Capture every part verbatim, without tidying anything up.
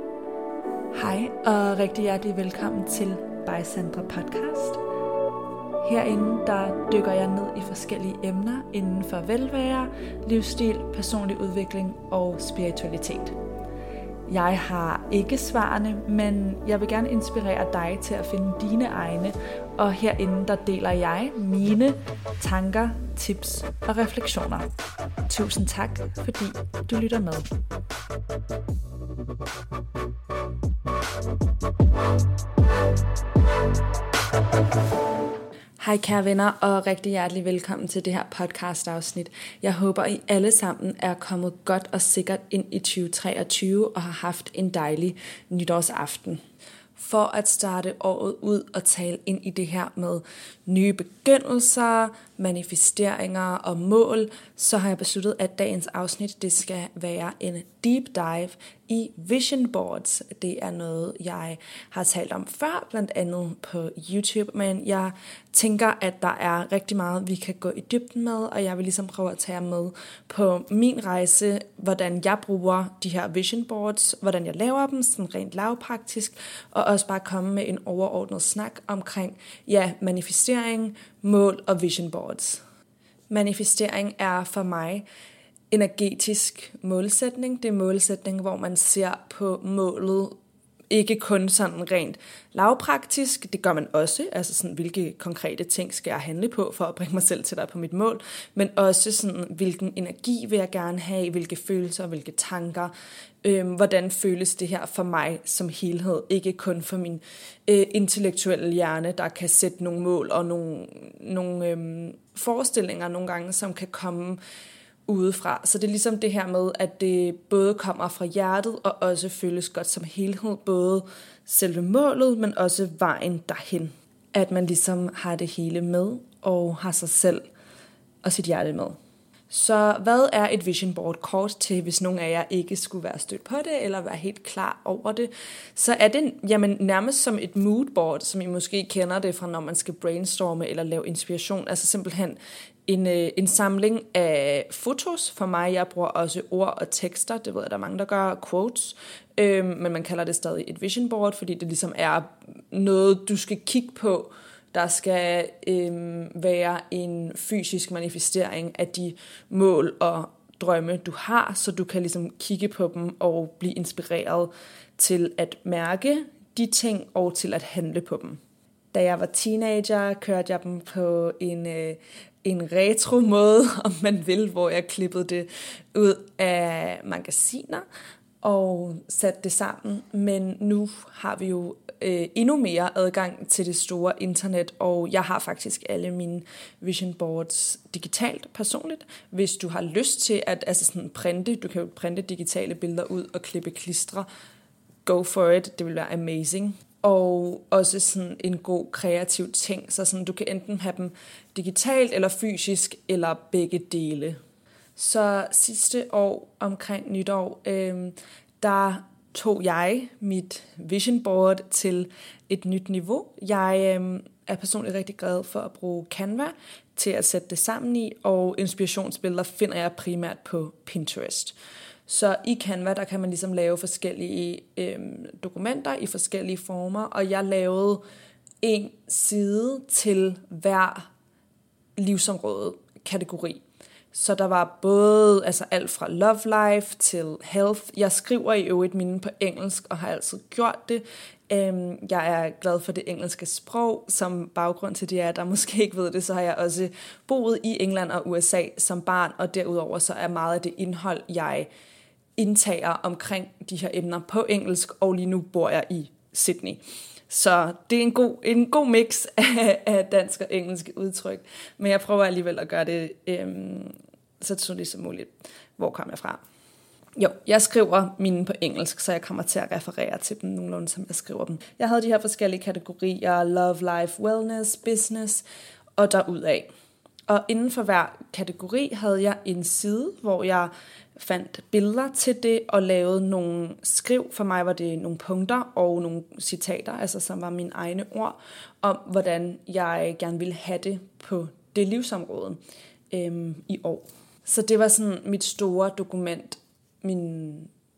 Hej og rigtig hjertelig velkommen til By Sandra Podcast. Herinde der dykker jeg ned i forskellige emner inden for velvære, livsstil, personlig udvikling og spiritualitet. Jeg har ikke svarene, men jeg vil gerne inspirere dig til at finde dine egne, og herinde der deler jeg mine tanker, tips og refleksioner. Tusind tak, fordi du lytter med. Hej kære venner, og rigtig hjertelig velkommen til det her podcast afsnit. Jeg håber, I alle sammen er kommet godt og sikkert ind i tyve treogtyve og har haft en dejlig nytårsaften. For at starte året ud og tale ind i det her med nye begyndelser, manifesteringer og mål, så har jeg besluttet, at dagens afsnit det skal være en deep dive i vision boards. Det er noget, jeg har talt om før, blandt andet på YouTube, men jeg tænker, at der er rigtig meget, vi kan gå i dybden med, og jeg vil ligesom prøve at tage med på min rejse, hvordan jeg bruger de her vision boards, hvordan jeg laver dem, sådan rent lavpraktisk, og også bare komme med en overordnet snak omkring ja, manifestering, mål og vision boards. Manifestering er for mig energetisk målsætning. Det er målsætning, hvor man ser på målet ikke kun sådan rent lavpraktisk, det gør man også, altså sådan, hvilke konkrete ting skal jeg handle på for at bringe mig selv tættere på mit mål, men også sådan, hvilken energi vil jeg gerne have, hvilke følelser, hvilke tanker, øhm, hvordan føles det her for mig som helhed, ikke kun for min øh, intellektuelle hjerne, der kan sætte nogle mål og nogle, nogle øhm, forestillinger nogle gange, som kan komme udefra. Så det er ligesom det her med, at det både kommer fra hjertet og også føles godt som helhed, både selve målet, men også vejen derhen. At man ligesom har det hele med og har sig selv og sit hjerte med. Så hvad er et vision board kort til, hvis nogen af jer ikke skulle være stødt på det, eller være helt klar over det? Så er det jamen, nærmest som et moodboard, som I måske kender det fra, når man skal brainstorme eller lave inspiration. Altså simpelthen en, øh, en samling af fotos for mig. Jeg bruger også ord og tekster, det ved jeg, der er mange, der gør, quotes. Øhm, men man kalder det stadig et vision board, fordi det ligesom er noget, du skal kigge på. Der skal øhm, være en fysisk manifestering af de mål og drømme, du har, så du kan ligesom kigge på dem og blive inspireret til at mærke de ting og til at handle på dem. Da jeg var teenager, kørte jeg dem på en, øh, en retro måde, om man vil, hvor jeg klippede det ud af magasiner og satte det sammen. Men nu har vi jo øh, endnu mere adgang til det store internet, og jeg har faktisk alle mine vision boards digitalt personligt. Hvis du har lyst til at altså sådan printe, du kan jo printe digitale billeder ud og klippe klistre, go for it, det vil være amazing. Og også sådan en god kreativ ting, så sådan, du kan enten have dem digitalt eller fysisk, eller begge dele. Så sidste år omkring nytår, øh, der tog jeg mit vision board til et nyt niveau. Jeg øh, er personligt rigtig glad for at bruge Canva til at sætte det sammen i, og inspirationsbilleder finder jeg primært på Pinterest. Så i Canva, der kan man ligesom lave forskellige øh, dokumenter i forskellige former, og jeg lavede en side til hver livsområde kategori. Så der var både altså alt fra love life til health. Jeg skriver i øvrigt mine på engelsk og har altid gjort det. Jeg er glad for det engelske sprog. Som baggrund til det, at der måske ikke ved det, så har jeg også boet i England og U S A som barn, og derudover så er meget af det indhold, jeg indtager omkring de her emner på engelsk, og lige nu bor jeg i Sydney. Så det er en god, en god mix af, af dansk og engelsk udtryk, men jeg prøver alligevel at gøre det øhm, så tydeligt som muligt. Hvor kom jeg fra? Jo, jeg skriver mine på engelsk, så jeg kommer til at referere til dem nogenlunde, som jeg skriver dem. Jeg havde de her forskellige kategorier, love, life, wellness, business og derudad. Og inden for hver kategori havde jeg en side, hvor jeg fandt billeder til det og lavede nogle skriv. For mig var det nogle punkter og nogle citater, altså som var mine egne ord, om hvordan jeg gerne ville have det på det livsområde øhm, i år. Så det var sådan mit store dokument, min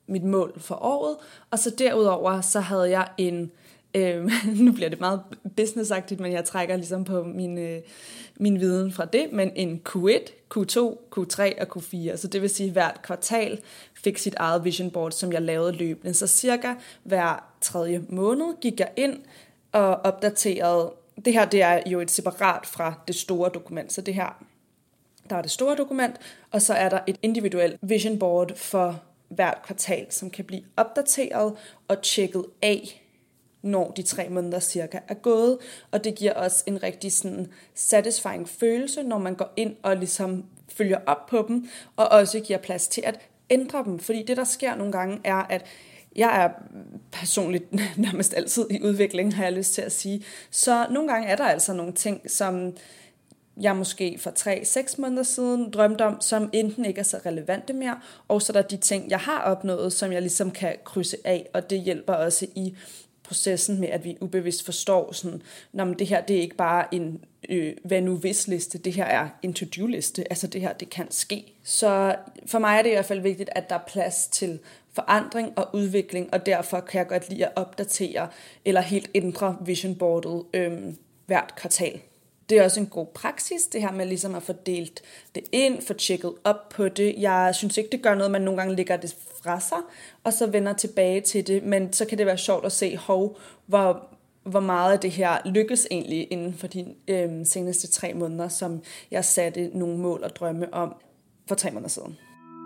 mit mål for året. Og så derudover, så havde jeg en, øh, nu bliver det meget businessagtigt, men jeg trækker ligesom på min, øh, min viden fra det, men en Q et, Q to, Q tre og Q fire. Så det vil sige, at hvert kvartal fik sit eget vision board, som jeg lavede løbende. Så cirka hver tredje måned gik jeg ind og opdaterede. Det her, det er jo et separat fra det store dokument, så det her, der er det store dokument, og så er der et individuelt vision board for hvert kvartal, som kan blive opdateret og tjekket af, når de tre måneder cirka er gået, og det giver også en rigtig sådan satisfying følelse, når man går ind og ligesom følger op på dem, og også giver plads til at ændre dem, fordi det der sker nogle gange er, at jeg er personligt nærmest altid i udvikling, har jeg lyst til at sige, så nogle gange er der altså nogle ting, som jeg måske for tre seks måneder siden drømte om, som enten ikke er så relevante mere, og så er der de ting, jeg har opnået, som jeg ligesom kan krydse af, og det hjælper også i processen med, at vi ubevidst forstår sådan, når det her, det er ikke bare en øh, hvad nu hvis liste, det her er en to-do liste, altså det her, det kan ske. Så for mig er det i hvert fald vigtigt, at der er plads til forandring og udvikling, og derfor kan jeg godt lide at opdatere eller helt ændre vision boardet øh, hvert kvartal. Det er også en god praksis, det her med ligesom at få delt det ind, få tjekket op på det. Jeg synes ikke, det gør noget, man nogle gange lægger det fra sig, og så vender tilbage til det. Men så kan det være sjovt at se, hov, hvor, hvor meget af det her lykkes egentlig inden for de øh, seneste tre måneder, som jeg satte nogle mål og drømme om for tre måneder siden.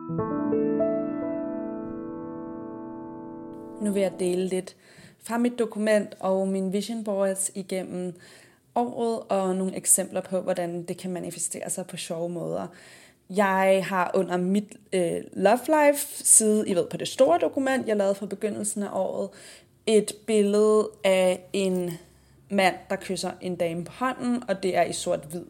Nu vil jeg dele lidt fra mit dokument og min vision boards igennem året, og nogle eksempler på, hvordan det kan manifestere sig på sjove måder. Jeg har under mit øh, Love Life side, I ved på det store dokument, jeg lavede fra begyndelsen af året, et billede af en mand, der kysser en dame på hånden, og det er i sort-hvid.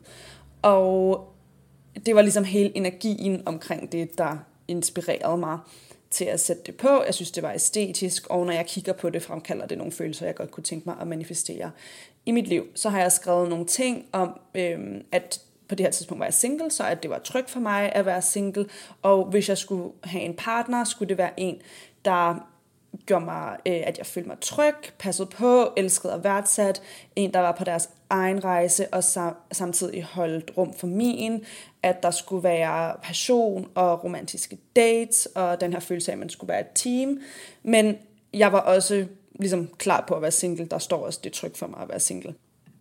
Og det var ligesom hele energien omkring det, der inspirerede mig til at sætte det på. Jeg synes, det var æstetisk, og når jeg kigger på det, fremkalder det nogle følelser, jeg godt kunne tænke mig at manifestere i mit liv. Så har jeg skrevet nogle ting om, øhm, at på det her tidspunkt var jeg single, så at det var trygt for mig at være single, og hvis jeg skulle have en partner, skulle det være en, der gjorde mig, øh, at jeg følte mig tryg, passede på, elskede og værdsat, en, der var på deres egen rejse, og sam- samtidig holdt rum for min, at der skulle være passion og romantiske dates, og den her følelse af, at man skulle være et team, men jeg var også ligesom klar på at være single, der står også, det er trygt for mig at være single.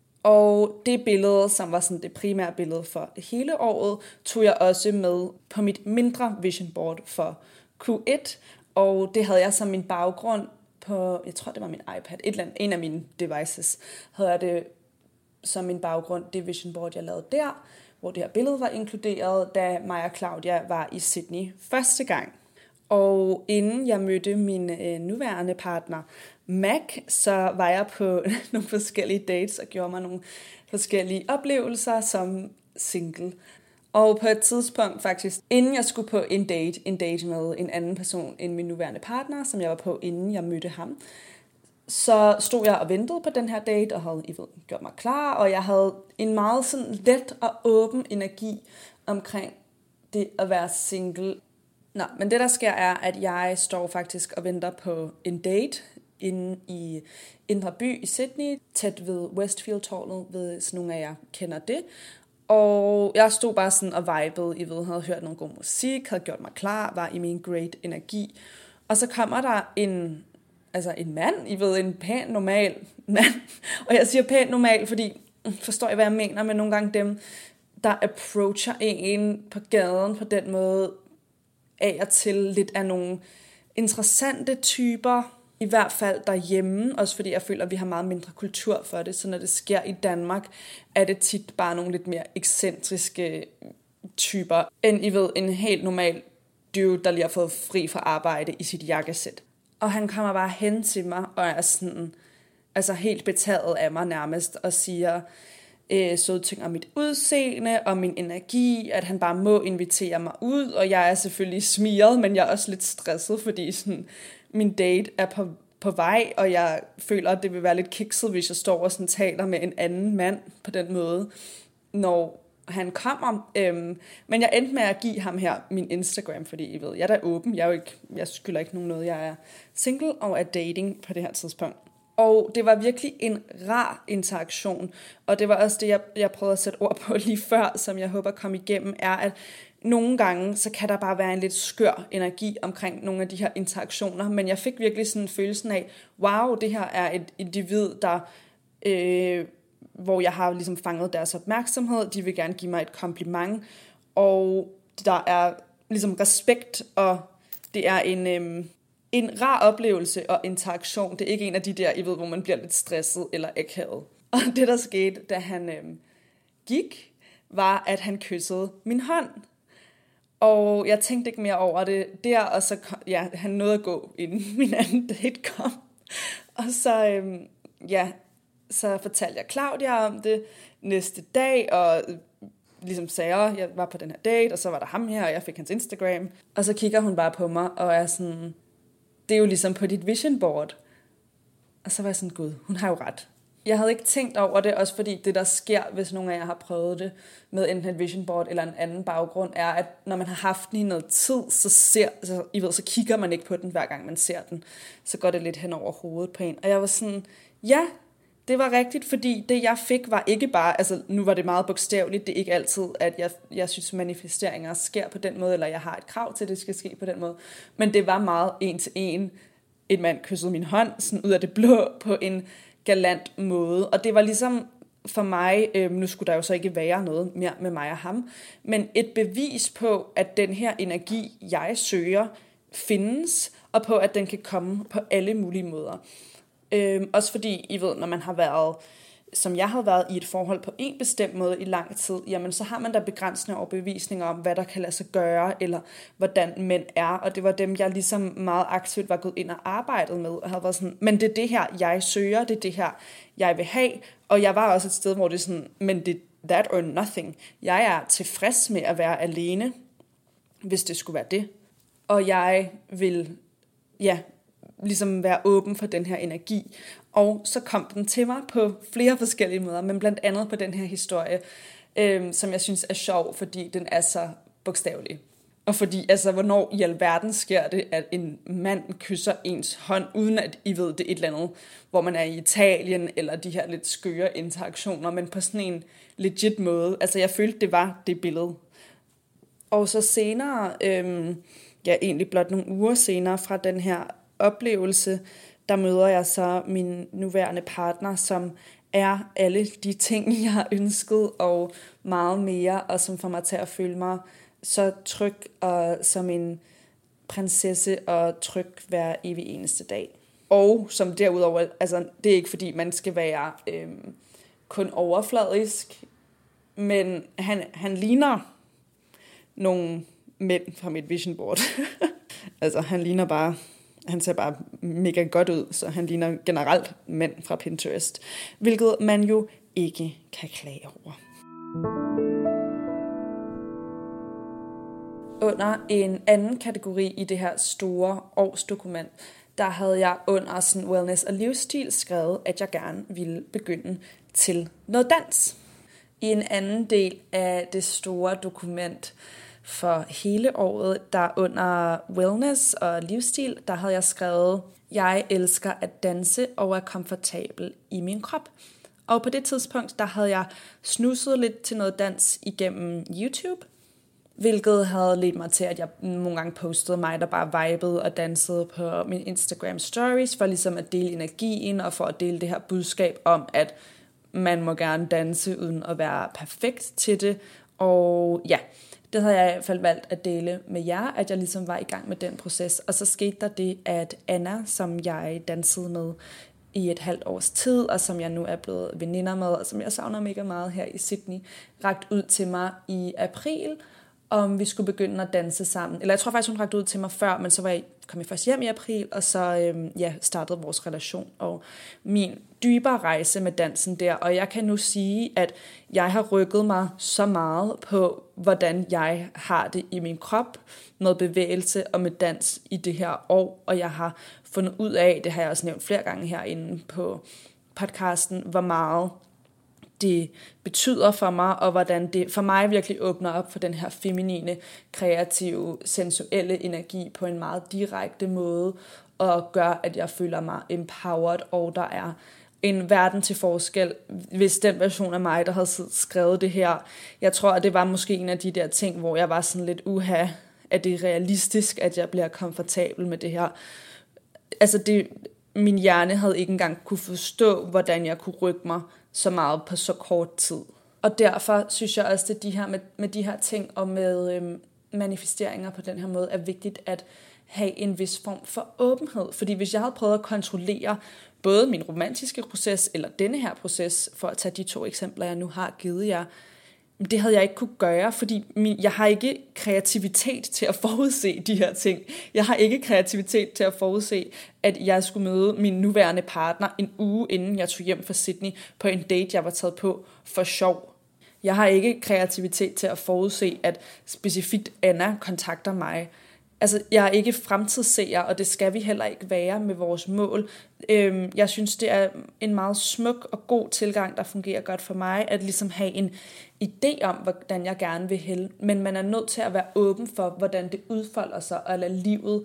Og det billede, som var sådan det primære billede for hele året, tog jeg også med på mit mindre vision board for Q et, og det havde jeg som min baggrund på, jeg tror det var min iPad, et eller andet, en af mine devices, havde jeg det som min baggrund, det vision board, jeg lavede der, hvor det her billede var inkluderet, da mig og Claudia var i Sydney første gang. Og inden jeg mødte min øh, nuværende partner, Mac, så var jeg på nogle forskellige dates og gjorde mig nogle forskellige oplevelser som single. Og på et tidspunkt faktisk, inden jeg skulle på en date, en date med en anden person end min nuværende partner, som jeg var på, inden jeg mødte ham, så stod jeg og ventede på den her date, og havde I ved, gjort mig klar, og jeg havde en meget sådan let og åben energi omkring det at være single. Nå, men det der sker er, at jeg står faktisk og venter på en date inde i Indre By i Sydney, tæt ved Westfield-tårnet, hvis nogle af jer kender det. Og jeg stod bare sådan og vibede, I ved, havde hørt noget god musik, havde gjort mig klar, var i min great energi. Og så kommer der en, altså en mand, I ved, en pæn, normal mand. Og jeg siger pæn, normal, fordi, forstår I, hvad jeg mener, men nogle gange dem, der approacher en på gaden på den måde, af og til lidt af nogle interessante typer, i hvert fald derhjemme, også fordi jeg føler, at vi har meget mindre kultur for det, så når det sker i Danmark, er det tit bare nogle lidt mere ekscentriske typer, end I ved, en helt normal dude, der lige har fået fri fra arbejde i sit jakkesæt. Og han kommer bare hen til mig, og er sådan, altså helt betaget af mig nærmest, og siger øh, søde ting om mit udseende, og min energi, at han bare må invitere mig ud, og jeg er selvfølgelig smiret, men jeg er også lidt stresset, fordi sådan, min date er på, på vej, og jeg føler, at det vil være lidt kikset, hvis jeg står og sådan taler med en anden mand på den måde, når han kommer. Øhm, men jeg endte med at give ham her min Instagram, fordi I ved, jeg er da åben. Jeg, er jo ikke, jeg skylder ikke nogen noget. Jeg er single og er dating på det her tidspunkt. Og det var virkelig en rar interaktion. Og det var også det, jeg, jeg prøvede at sætte ord på lige før, som jeg håber kom igennem, er, at nogle gange, så kan der bare være en lidt skør energi omkring nogle af de her interaktioner. Men jeg fik virkelig sådan følelsen af, wow, det her er et individ, der... Øh, hvor jeg har ligesom fanget deres opmærksomhed, de vil gerne give mig et kompliment, og der er ligesom respekt, og det er en, øhm, en rar oplevelse og interaktion. Det er ikke en af de der, I ved, hvor man bliver lidt stresset eller akavet. Og det, der skete, da han øhm, gik, var, at han kyssede min hånd. Og jeg tænkte ikke mere over det der, og så kom, ja, han nåede at gå, inden min anden date kom. Og så, øhm, ja... Så fortalte jeg Claudia om det næste dag, og ligesom sagde, at jeg var på den her date, og så var der ham her, og jeg fik hans Instagram. Og så kigger hun bare på mig, og er sådan, det er jo ligesom på dit vision board. Og så var jeg sådan, gud, hun har jo ret. Jeg havde ikke tænkt over det, også fordi det, der sker, hvis nogen af jer har prøvet det med enten et vision board eller en anden baggrund, er, at når man har haft den i noget tid, så, ser, så, I ved, så kigger man ikke på den, hver gang man ser den. Så går det lidt hen over hovedet på en. Og jeg var sådan, ja, det var rigtigt, fordi det, jeg fik, var ikke bare, altså nu var det meget bogstaveligt, det er ikke altid, at jeg, jeg synes, manifesteringer sker på den måde, eller jeg har et krav til, at det skal ske på den måde, men det var meget en til en. En mand kyssede min hånd, sådan ud af det blå, på en galant måde, og det var ligesom for mig, øh, nu skulle der jo så ikke være noget mere med mig og ham, men et bevis på, at den her energi, jeg søger, findes, og på, at den kan komme på alle mulige måder. Øhm, også fordi, I ved, når man har været, som jeg havde været i et forhold på en bestemt måde i lang tid, jamen så har man der begrænsende overbevisninger om, hvad der kan lade sig gøre, eller hvordan mænd er, og det var dem, jeg ligesom meget aktivt var gået ind og arbejdet med, og havde været sådan, men det er det her, jeg søger, det er det her, jeg vil have, og jeg var også et sted, hvor det er sådan, men det that or nothing, jeg er tilfreds med at være alene, hvis det skulle være det, og jeg vil, ja, ligesom være åben for den her energi. Og så kom den til mig på flere forskellige måder, men blandt andet på den her historie, øhm, som jeg synes er sjov, fordi den er så bogstavelig. Og fordi, altså, hvornår i alverden sker det, at en mand kysser ens hånd, uden at I ved, det er et eller andet, hvor man er i Italien, eller de her lidt skøre interaktioner, men på sådan en legit måde. Altså, jeg følte, det var det billede. Og så senere, øhm, ja, egentlig blot nogle uger senere fra den her oplevelse, der møder jeg så min nuværende partner, som er alle de ting, jeg har ønsket, og meget mere, og som får mig til at føle mig så tryg, og som en prinsesse, og tryg hver evig eneste dag. Og som derudover, altså det er ikke fordi, man skal være øhm, kun overfladisk, men han, han ligner nogle mænd fra mit vision board. Altså han ligner bare Han ser bare mega godt ud, så han ligner generelt mænd fra Pinterest, hvilket man jo ikke kan klage over. Under en anden kategori i det her store årsdokument, der havde jeg under sådan wellness og livsstil skrevet, at jeg gerne ville begynde til noget dans. I en anden del af det store dokument for hele året, der under wellness og livsstil, der havde jeg skrevet, jeg elsker at danse og er komfortabel i min krop. Og på det tidspunkt, der havde jeg snuset lidt til noget dans igennem YouTube, hvilket havde ledt mig til, at jeg nogle gange postede mig, der bare vibede og dansede på min Instagram stories, for ligesom at dele energien og for at dele det her budskab om, at man må gerne danse uden at være perfekt til det. Og ja, det havde jeg i hvert fald valgt at dele med jer, at jeg ligesom var i gang med den proces. Og så skete der det, at Anna, som jeg dansede med i et halvt års tid, og som jeg nu er blevet veninder med, og som jeg savner mega meget her i Sydney, rakt ud til mig i april, om vi skulle begynde at danse sammen. Eller jeg tror faktisk, hun rakte ud til mig før, men så var jeg, kom jeg først hjem i april, og så øhm, ja, startede vores relation og min dybere rejse med dansen der. Og jeg kan nu sige, at jeg har rykket mig så meget på, hvordan jeg har det i min krop med bevægelse og med dans i det her år. Og jeg har fundet ud af, det har jeg også nævnt flere gange herinde på podcasten, hvor meget det betyder for mig, og hvordan det for mig virkelig åbner op for den her feminine, kreative, sensuelle energi på en meget direkte måde, og gør, at jeg føler mig empowered, og der er en verden til forskel, hvis den version af mig, der havde skrevet det her. Jeg tror, at det var måske en af de der ting, hvor jeg var sådan lidt uha, at det er realistisk, at jeg bliver komfortabel med det her. Altså, det, min hjerne havde ikke engang kunne forstå, hvordan jeg kunne rykke mig så meget på så kort tid. Og derfor synes jeg også, at de her, med, med de her ting og med øhm, manifesteringer på den her måde, er vigtigt at have en vis form for åbenhed. Fordi hvis jeg havde prøvet at kontrollere både min romantiske proces eller denne her proces, for at tage de to eksempler, jeg nu har givet jer, det havde jeg ikke kunne gøre, fordi min, jeg har ikke kreativitet til at forudse de her ting. Jeg har ikke kreativitet til at forudse, at jeg skulle møde min nuværende partner en uge inden jeg tog hjem fra Sydney på en date, jeg var taget på for sjov. Jeg har ikke kreativitet til at forudse, at specifikt Anna kontakter mig. Altså, jeg er ikke fremtidsseer, og det skal vi heller ikke være med vores mål. Øhm, jeg synes, det er en meget smuk og god tilgang, der fungerer godt for mig, at ligesom have en idé om, hvordan jeg gerne vil hælde. Men man er nødt til at være åben for, hvordan det udfolder sig, og lade livet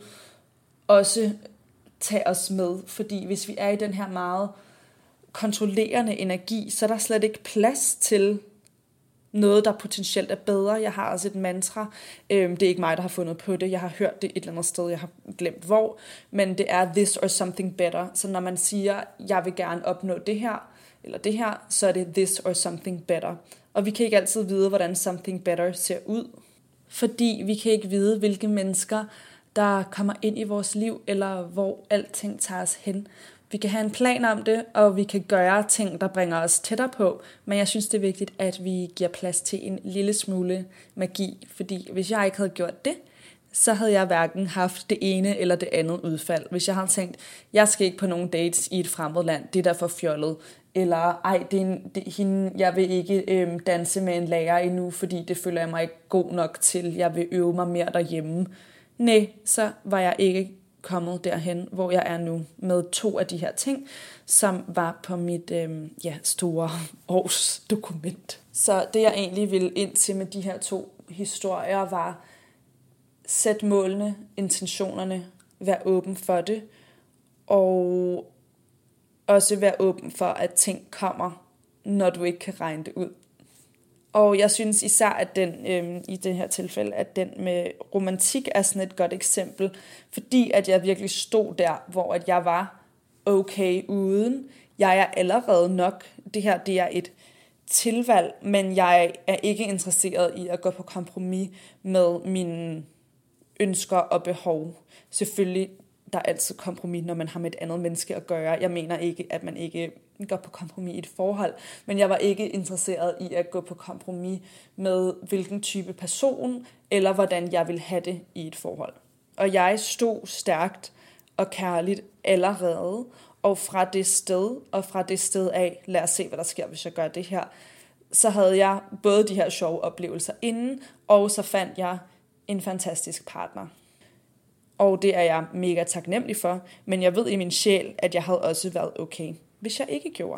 også tage os med. Fordi hvis vi er i den her meget kontrollerende energi, så er der slet ikke plads til noget, der potentielt er bedre. Jeg har også et mantra. Øhm, det er ikke mig, der har fundet på det. Jeg har hørt det et eller andet sted. Jeg har glemt hvor. Men det er this or something better. Så når man siger, jeg vil gerne opnå det her, eller det her, så er det this or something better. Og vi kan ikke altid vide, hvordan something better ser ud. Fordi vi kan ikke vide, hvilke mennesker, der kommer ind i vores liv, eller hvor alting tager os hen. Vi kan have en plan om det, og vi kan gøre ting, der bringer os tættere på, men jeg synes, det er vigtigt, at vi giver plads til en lille smule magi, fordi hvis jeg ikke havde gjort det, så havde jeg hverken haft det ene eller det andet udfald. Hvis jeg havde tænkt, jeg skal ikke på nogen dates i et fremmed land, det er derfor fjollet, eller ej, det er, en, det er hende, jeg vil ikke øhm, danse med en lærer endnu, fordi det føler jeg mig ikke god nok til, jeg vil øve mig mere derhjemme. Nej, så var jeg ikke kommet derhen, hvor jeg er nu, med to af de her ting, som var på mit øh, ja, store års dokument. Så det jeg egentlig ville ind til med de her to historier var, sæt målene, intentionerne, vær åben for det, og også vær åben for, at ting kommer, når du ikke kan regne det ud. Og jeg synes især, at den øh, i det her tilfælde, at den med romantik er sådan et godt eksempel, fordi at jeg virkelig stod der, hvor at jeg var okay uden. Jeg er allerede nok. Det her, det er et tilvalg, men jeg er ikke interesseret i at gå på kompromis med mine ønsker og behov. Selvfølgelig, der er altid kompromis, når man har med et andet menneske at gøre. Jeg mener ikke, at man ikke går på kompromis i et forhold, men jeg var ikke interesseret i at gå på kompromis med hvilken type person, eller hvordan jeg ville have det i et forhold. Og jeg stod stærkt og kærligt allerede, og fra det sted, og fra det sted af, lad os se, hvad der sker, hvis jeg gør det her, så havde jeg både de her sjove oplevelser inden, og så fandt jeg en fantastisk partner. Og det er jeg mega taknemmelig for, men jeg ved i min sjæl, at jeg havde også været okay, hvis jeg ikke gjorde.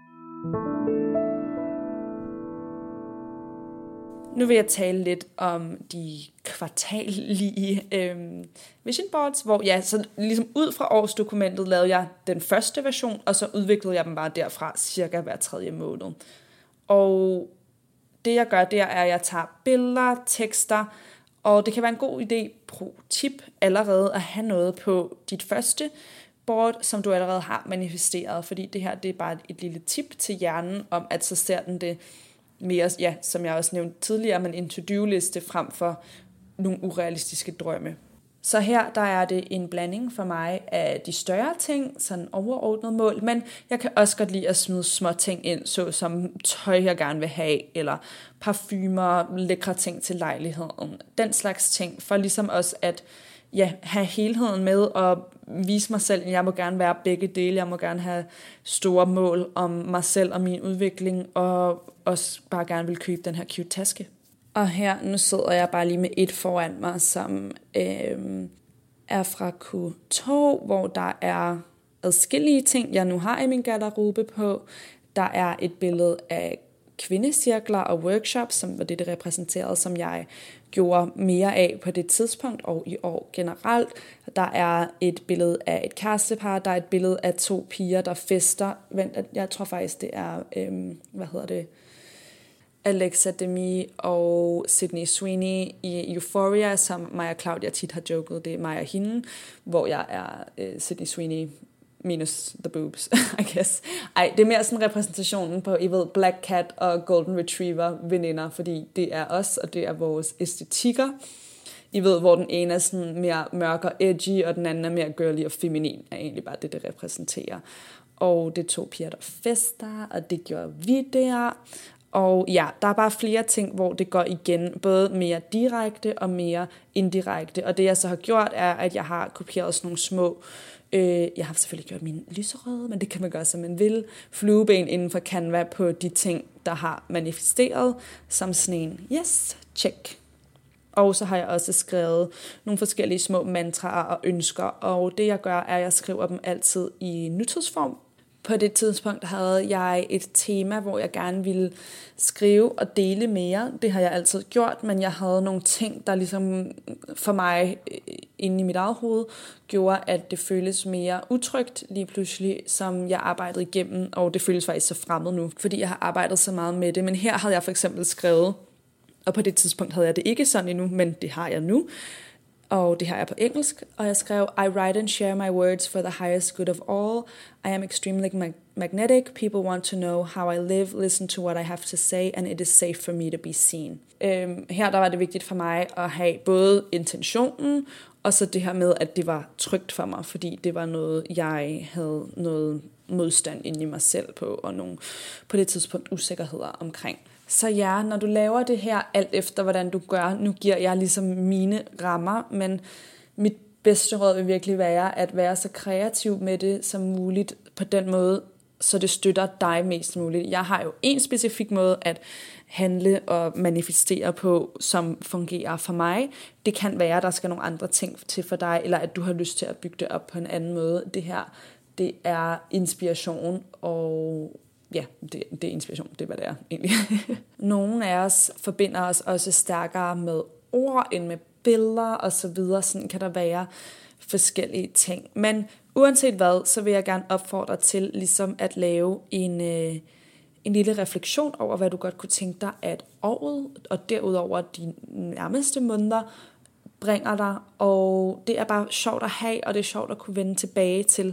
Nu vil jeg tale lidt om de kvartallige øhm, vision boards, hvor ja, så ligesom ud fra årsdokumentet lavede jeg den første version, og så udviklede jeg dem bare derfra cirka hver tredje måned. Og det jeg gør, det er, at jeg tager billeder, tekster, og det kan være en god idé, pro-tip, allerede at have noget på dit første board, som du allerede har manifesteret, fordi det her, det er bare et, et lille tip til hjernen, om at så ser den det mere, ja, som jeg også nævnte tidligere, men en to-do-liste frem for nogle urealistiske drømme. Så her, der er det en blanding for mig af de større ting, sådan overordnet mål, men jeg kan også godt lide at smide små ting ind, såsom tøj, jeg gerne vil have, eller parfumer, lækre ting til lejligheden, den slags ting, for ligesom også at ja, have helheden med og vise mig selv, at jeg må gerne være begge dele, jeg må gerne have store mål om mig selv og min udvikling, og også bare gerne vil købe den her cute taske. Og her, nu sidder jeg bare lige med et foran mig, som øh, er fra Q to, hvor der er adskillige ting, jeg nu har i min garderobe på. Der er et billede af kvindecirkler og workshops, som var det, det repræsenterede, som jeg gjorde mere af på det tidspunkt og i år generelt. Der er et billede af et kærestepar, der er et billede af to piger, der fester. Vent, jeg tror faktisk, det er, øhm, hvad hedder det, Alexa Demie og Sydney Sweeney i Euphoria, som Maja Claudia tit har joket, det er mig og hende, hvor jeg er øh, Sydney Sweeney minus the boobs, I guess. Ej, det er mere sådan repræsentationen på, I ved, Black Cat og Golden Retriever veninder, fordi det er os, og det er vores æstetikker. I ved, hvor den ene er sådan mere mørk og edgy, og den anden er mere girly og feminin, er egentlig bare det, det repræsenterer. Og det er to piger, der fester, og det gjorde vi der. Og ja, der er bare flere ting, hvor det går igen, både mere direkte og mere indirekte. Og det jeg så har gjort, er, at jeg har kopieret sådan nogle små, øh, jeg har selvfølgelig gjort mine lyserøde, men det kan man gøre, som man vil, flueben inden for Canva på de ting, der har manifesteret, som sådan en, yes, check. Og så har jeg også skrevet nogle forskellige små mantraer og ønsker, og det jeg gør, er, at jeg skriver dem altid i nutidsform. På det tidspunkt havde jeg et tema, hvor jeg gerne ville skrive og dele mere. Det har jeg altid gjort, men jeg havde nogle ting, der ligesom for mig inde i mit eget hoved gjorde, at det føles mere utrygt lige pludselig, som jeg arbejdede igennem, og det føles faktisk så fremmed nu, fordi jeg har arbejdet så meget med det. Men her havde jeg for eksempel skrevet, og på det tidspunkt havde jeg det ikke sådan endnu, men det har jeg nu. Og det har jeg på engelsk, og jeg skrev, I write and share my words for the highest good of all. I am extremely mag- magnetic. People want to know how I live, listen to what I have to say, and it is safe for me to be seen. Øhm, her der var det vigtigt for mig at have både intentionen, og så det her med, at det var trygt for mig, fordi det var noget, jeg havde noget modstand inde i mig selv på, og nogle på det tidspunkt usikkerheder omkring. Så ja, når du laver det her, alt efter hvordan du gør, nu giver jeg ligesom mine rammer, men mit bedste råd vil virkelig være at være så kreativ med det som muligt på den måde, så det støtter dig mest muligt. Jeg har jo en specifik måde at handle og manifestere på, som fungerer for mig. Det kan være, at der skal nogle andre ting til for dig, eller at du har lyst til at bygge det op på en anden måde. Det her, det er inspiration, og ja, det, det er inspiration, det er hvad det er egentlig. Nogle af os forbinder os også stærkere med ord end med billeder og så videre. Sådan kan der være forskellige ting. Men uanset hvad, så vil jeg gerne opfordre til ligesom at lave en, øh, en lille refleksion over, hvad du godt kunne tænke dig, at året og derudover de nærmeste måneder bringer dig. Og det er bare sjovt at have, og det er sjovt at kunne vende tilbage til.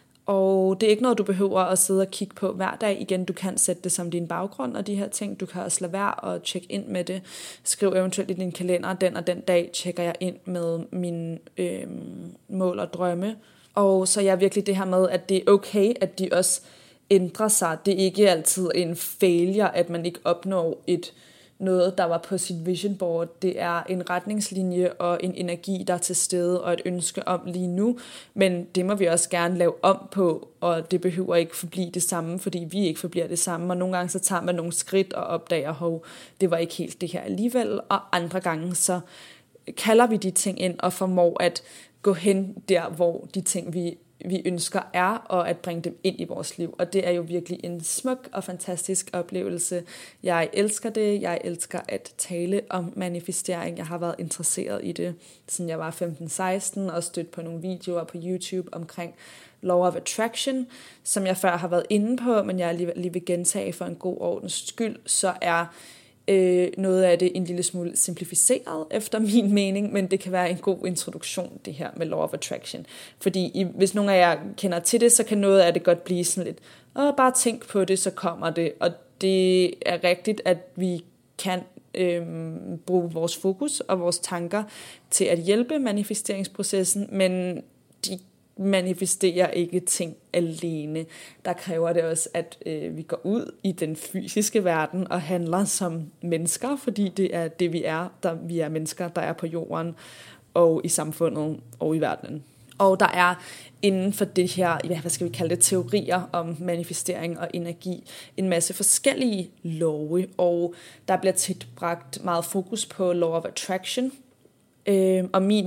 Og det er ikke noget, du behøver at sidde og kigge på hver dag. Igen, du kan sætte det som din baggrund og de her ting. Du kan også lade være og tjekke ind med det. Skriv eventuelt i din kalender, den og den dag tjekker jeg ind med mine øh, mål og drømme. Og så er jeg virkelig det her med, at det er okay, at de også ændrer sig. Det er ikke altid en failure, at man ikke opnår et noget, der var på sit vision board. Det er en retningslinje og en energi, der er til stede, og et ønske om lige nu. Men det må vi også gerne lave om på, og det behøver ikke forblive det samme, fordi vi ikke forbliver det samme. Og nogle gange så tager man nogle skridt og opdager, hov, det var ikke helt det her alligevel. Og andre gange så kalder vi de ting ind og formår at gå hen der, hvor de ting, vi vi ønsker er, og at bringe dem ind i vores liv. Og det er jo virkelig en smuk og fantastisk oplevelse. Jeg elsker det. Jeg elsker at tale om manifestering. Jeg har været interesseret i det, siden jeg var femten seksten, og stødt på nogle videoer på YouTube omkring Law of Attraction, som jeg før har været inde på, men jeg lige vil gentage for en god ordens skyld, så er Øh, noget af det en lille smule simplificeret efter min mening, men det kan være en god introduktion, det her med Law of Attraction. Fordi i, hvis nogen af jer kender til det, så kan noget af det godt blive sådan lidt, åh, bare tænk på det, så kommer det. Og det er rigtigt, at vi kan øh, bruge vores fokus og vores tanker til at hjælpe manifesteringsprocessen, men de manifesterer ikke ting alene. Der kræver det også, at øh, vi går ud i den fysiske verden og handler som mennesker, fordi det er det, vi er. Der, vi er mennesker, der er på jorden og i samfundet og i verdenen. Og der er inden for det her, ja, hvad skal vi kalde det, teorier om manifestering og energi, en masse forskellige love, og der bliver tit bragt meget fokus på Law of Attraction. Øh, og min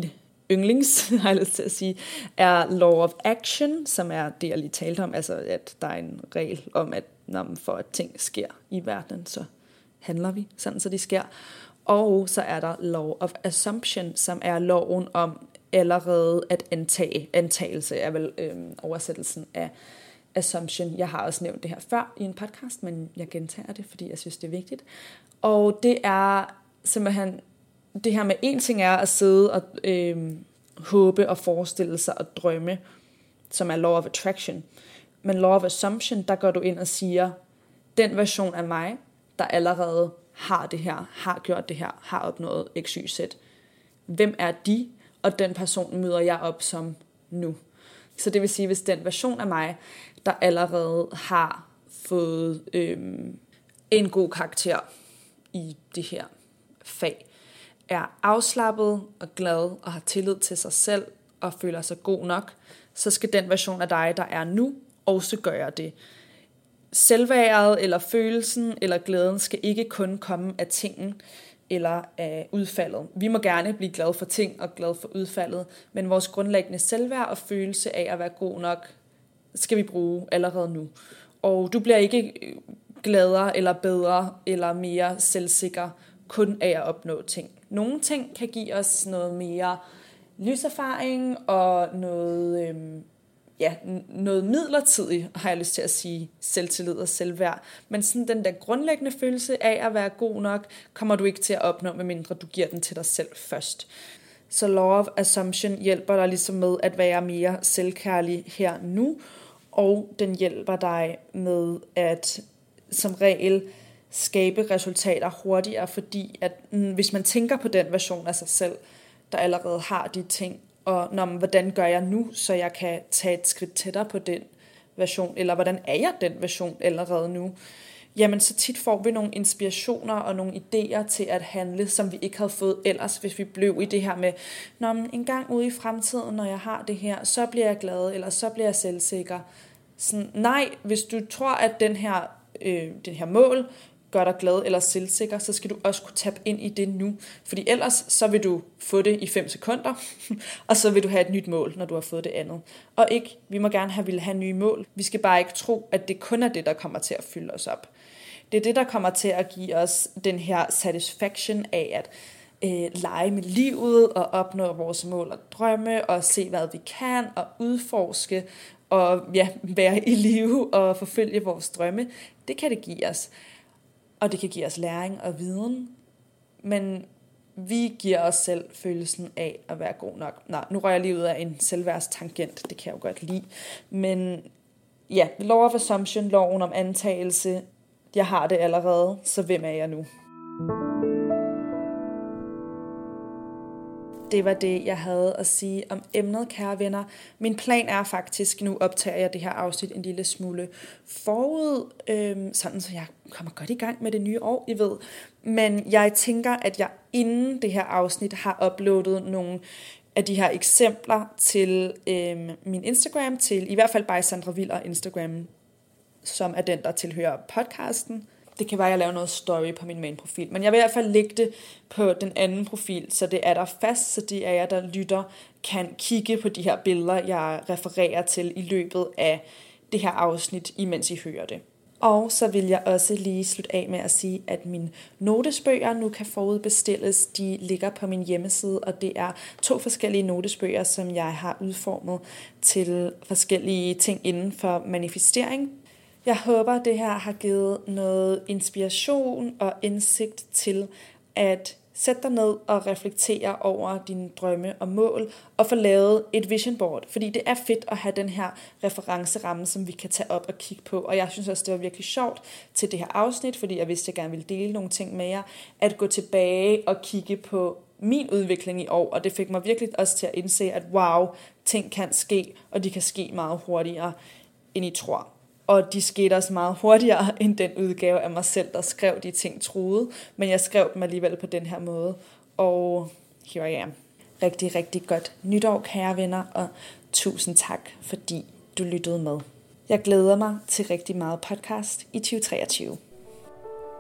yndlings, har jeg lyst til at sige, er law of action, som er det, jeg lige talte om, altså at der er en regel om, at når for at ting sker i verdenen, så handler vi, sådan så de sker. Og så er der law of assumption, som er loven om allerede at antage. Antagelse er vel øhm, oversættelsen af assumption. Jeg har også nævnt det her før i en podcast, men jeg gentager det, fordi jeg synes, det er vigtigt. Og det er simpelthen, det her med en ting er at sidde og øhm, håbe og forestille sig og drømme, som er law of attraction. Men law of assumption, der går du ind og siger, den version af mig, der allerede har det her, har gjort det her, har opnået X Y Z. Hvem er de? Og den person møder jeg op som nu. Så det vil sige, hvis den version af mig, der allerede har fået øhm, en god karakter i det her fag, er afslappet og glad og har tillid til sig selv og føler sig god nok, så skal den version af dig, der er nu, også gøre det. Selvværet eller følelsen eller glæden skal ikke kun komme af tingen eller af udfaldet. Vi må gerne blive glade for ting og glade for udfaldet, men vores grundlæggende selvværd og følelse af at være god nok, skal vi bruge allerede nu. Og du bliver ikke gladere eller bedre eller mere selvsikker kun af at opnå ting. Nogle ting kan give os noget mere livserfaring og noget, øhm, ja, noget midlertidigt, har jeg lyst til at sige, selvtillid og selvværd. Men sådan den der grundlæggende følelse af at være god nok, kommer du ikke til at opnå, medmindre du giver den til dig selv først. Så law of assumption hjælper dig ligesom med at være mere selvkærlig her nu, og den hjælper dig med at som regel skabe resultater hurtigere, fordi at mm, hvis man tænker på den version af sig selv, der allerede har de ting, og når, hvordan gør jeg nu, så jeg kan tage et skridt tættere på den version, eller hvordan er jeg den version allerede nu, jamen så tit får vi nogle inspirationer og nogle idéer til at handle, som vi ikke havde fået ellers, hvis vi blev i det her med, når en gang ude i fremtiden, når jeg har det her, så bliver jeg glad, eller så bliver jeg selvsikker. Sådan, nej, hvis du tror, at den her, øh, den her mål gør dig glad eller selvsikker, så skal du også kunne tappe ind i det nu. Fordi ellers så vil du få det i fem sekunder, og så vil du have et nyt mål, når du har fået det andet. Og ikke, vi må gerne have, ville have nye mål. Vi skal bare ikke tro, at det kun er det, der kommer til at fylde os op. Det er det, der kommer til at give os den her satisfaction af at øh, lege med livet og opnå vores mål og drømme og se, hvad vi kan og udforske og ja, være i live og forfølge vores drømme. Det kan det give os. Og det kan give os læring og viden, men vi giver os selv følelsen af at være god nok. Nej, nu rører jeg lige ud af en selvværdstangent, det kan jeg jo godt lide. Men ja, law of assumption, loven om antagelse, jeg har det allerede, så hvem er jeg nu? Det var det, jeg havde at sige om emnet, kære venner. Min plan er faktisk, nu optager jeg det her afsnit en lille smule forud, øhm, sådan så jeg kommer godt i gang med det nye år, I ved. Men jeg tænker, at jeg inden det her afsnit har uploadet nogle af de her eksempler til øhm, min Instagram, til i hvert fald by Sandra Willer Instagram, som er den, der tilhører podcasten. Det kan være, at jeg laver noget story på min main profil, men jeg vil i hvert fald lægge det på den anden profil, så det er der fast, så de af jer, der lytter, kan kigge på de her billeder, jeg refererer til i løbet af det her afsnit, imens I hører det. Og så vil jeg også lige slutte af med at sige, at mine notesbøger nu kan forudbestilles. De ligger på min hjemmeside, og det er to forskellige notesbøger, som jeg har udformet til forskellige ting inden for manifestering. Jeg håber, det her har givet noget inspiration og indsigt til at sætte dig ned og reflektere over dine drømme og mål og få lavet et vision board. Fordi det er fedt at have den her referenceramme, som vi kan tage op og kigge på. Og jeg synes også, det var virkelig sjovt til det her afsnit, fordi jeg vidste, at jeg gerne ville dele nogle ting med jer, at gå tilbage og kigge på min udvikling i år. Og det fik mig virkelig også til at indse, at wow, ting kan ske, og de kan ske meget hurtigere, end I tror. Og de skete også meget hurtigere end den udgave af mig selv, der skrev de ting troede. Men jeg skrev dem alligevel på den her måde. Og here I am. Rigtig, rigtig godt nytår, kære venner. Og tusind tak, fordi du lyttede med. Jeg glæder mig til rigtig meget podcast i tyve treogtyve.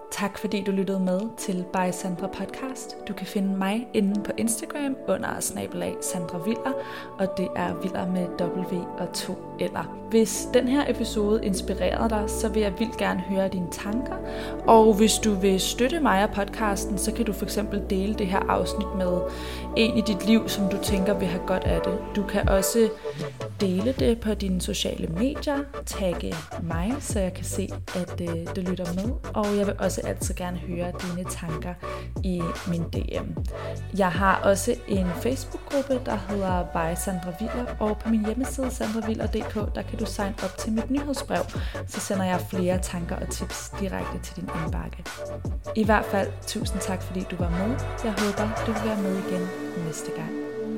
Tak fordi du lyttede med til By Sandra Podcast. Du kan finde mig inde på Instagram under snabelag Sandra Viller, og det er Viller med W og to L'er. Hvis den her episode inspirerede dig, så vil jeg vildt gerne høre dine tanker. Og hvis du vil støtte mig og podcasten, så kan du for eksempel dele det her afsnit med en i dit liv, som du tænker vil have godt af det. Du kan også dele det på dine sociale medier, tagge mig, så jeg kan se, at øh, du lytter med. Og jeg vil også altid gerne høre dine tanker i min D M. Jeg har også en Facebook-gruppe, der hedder By Sandra Viller, og på min hjemmeside sandra viller punktum d k, der kan du sign op til mit nyhedsbrev, så sender jeg flere tanker og tips direkte til din indbakke. I hvert fald, tusind tak fordi du var med. Jeg håber, du vil være med igen næste gang.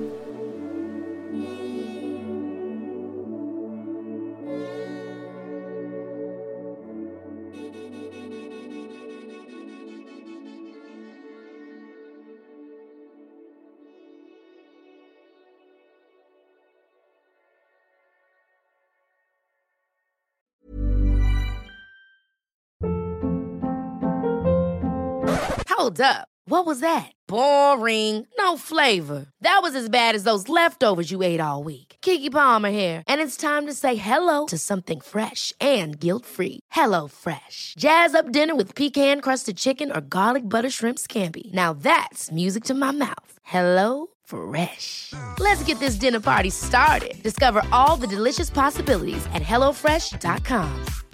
Hold up. What was that? Boring. No flavor. That was as bad as those leftovers you ate all week. Keke Palmer here, and it's time to say hello to something fresh and guilt-free. Hello Fresh. Jazz up dinner with pecan-crusted chicken or garlic butter shrimp scampi. Now that's music to my mouth. Hello Fresh. Let's get this dinner party started. Discover all the delicious possibilities at hello fresh dot com.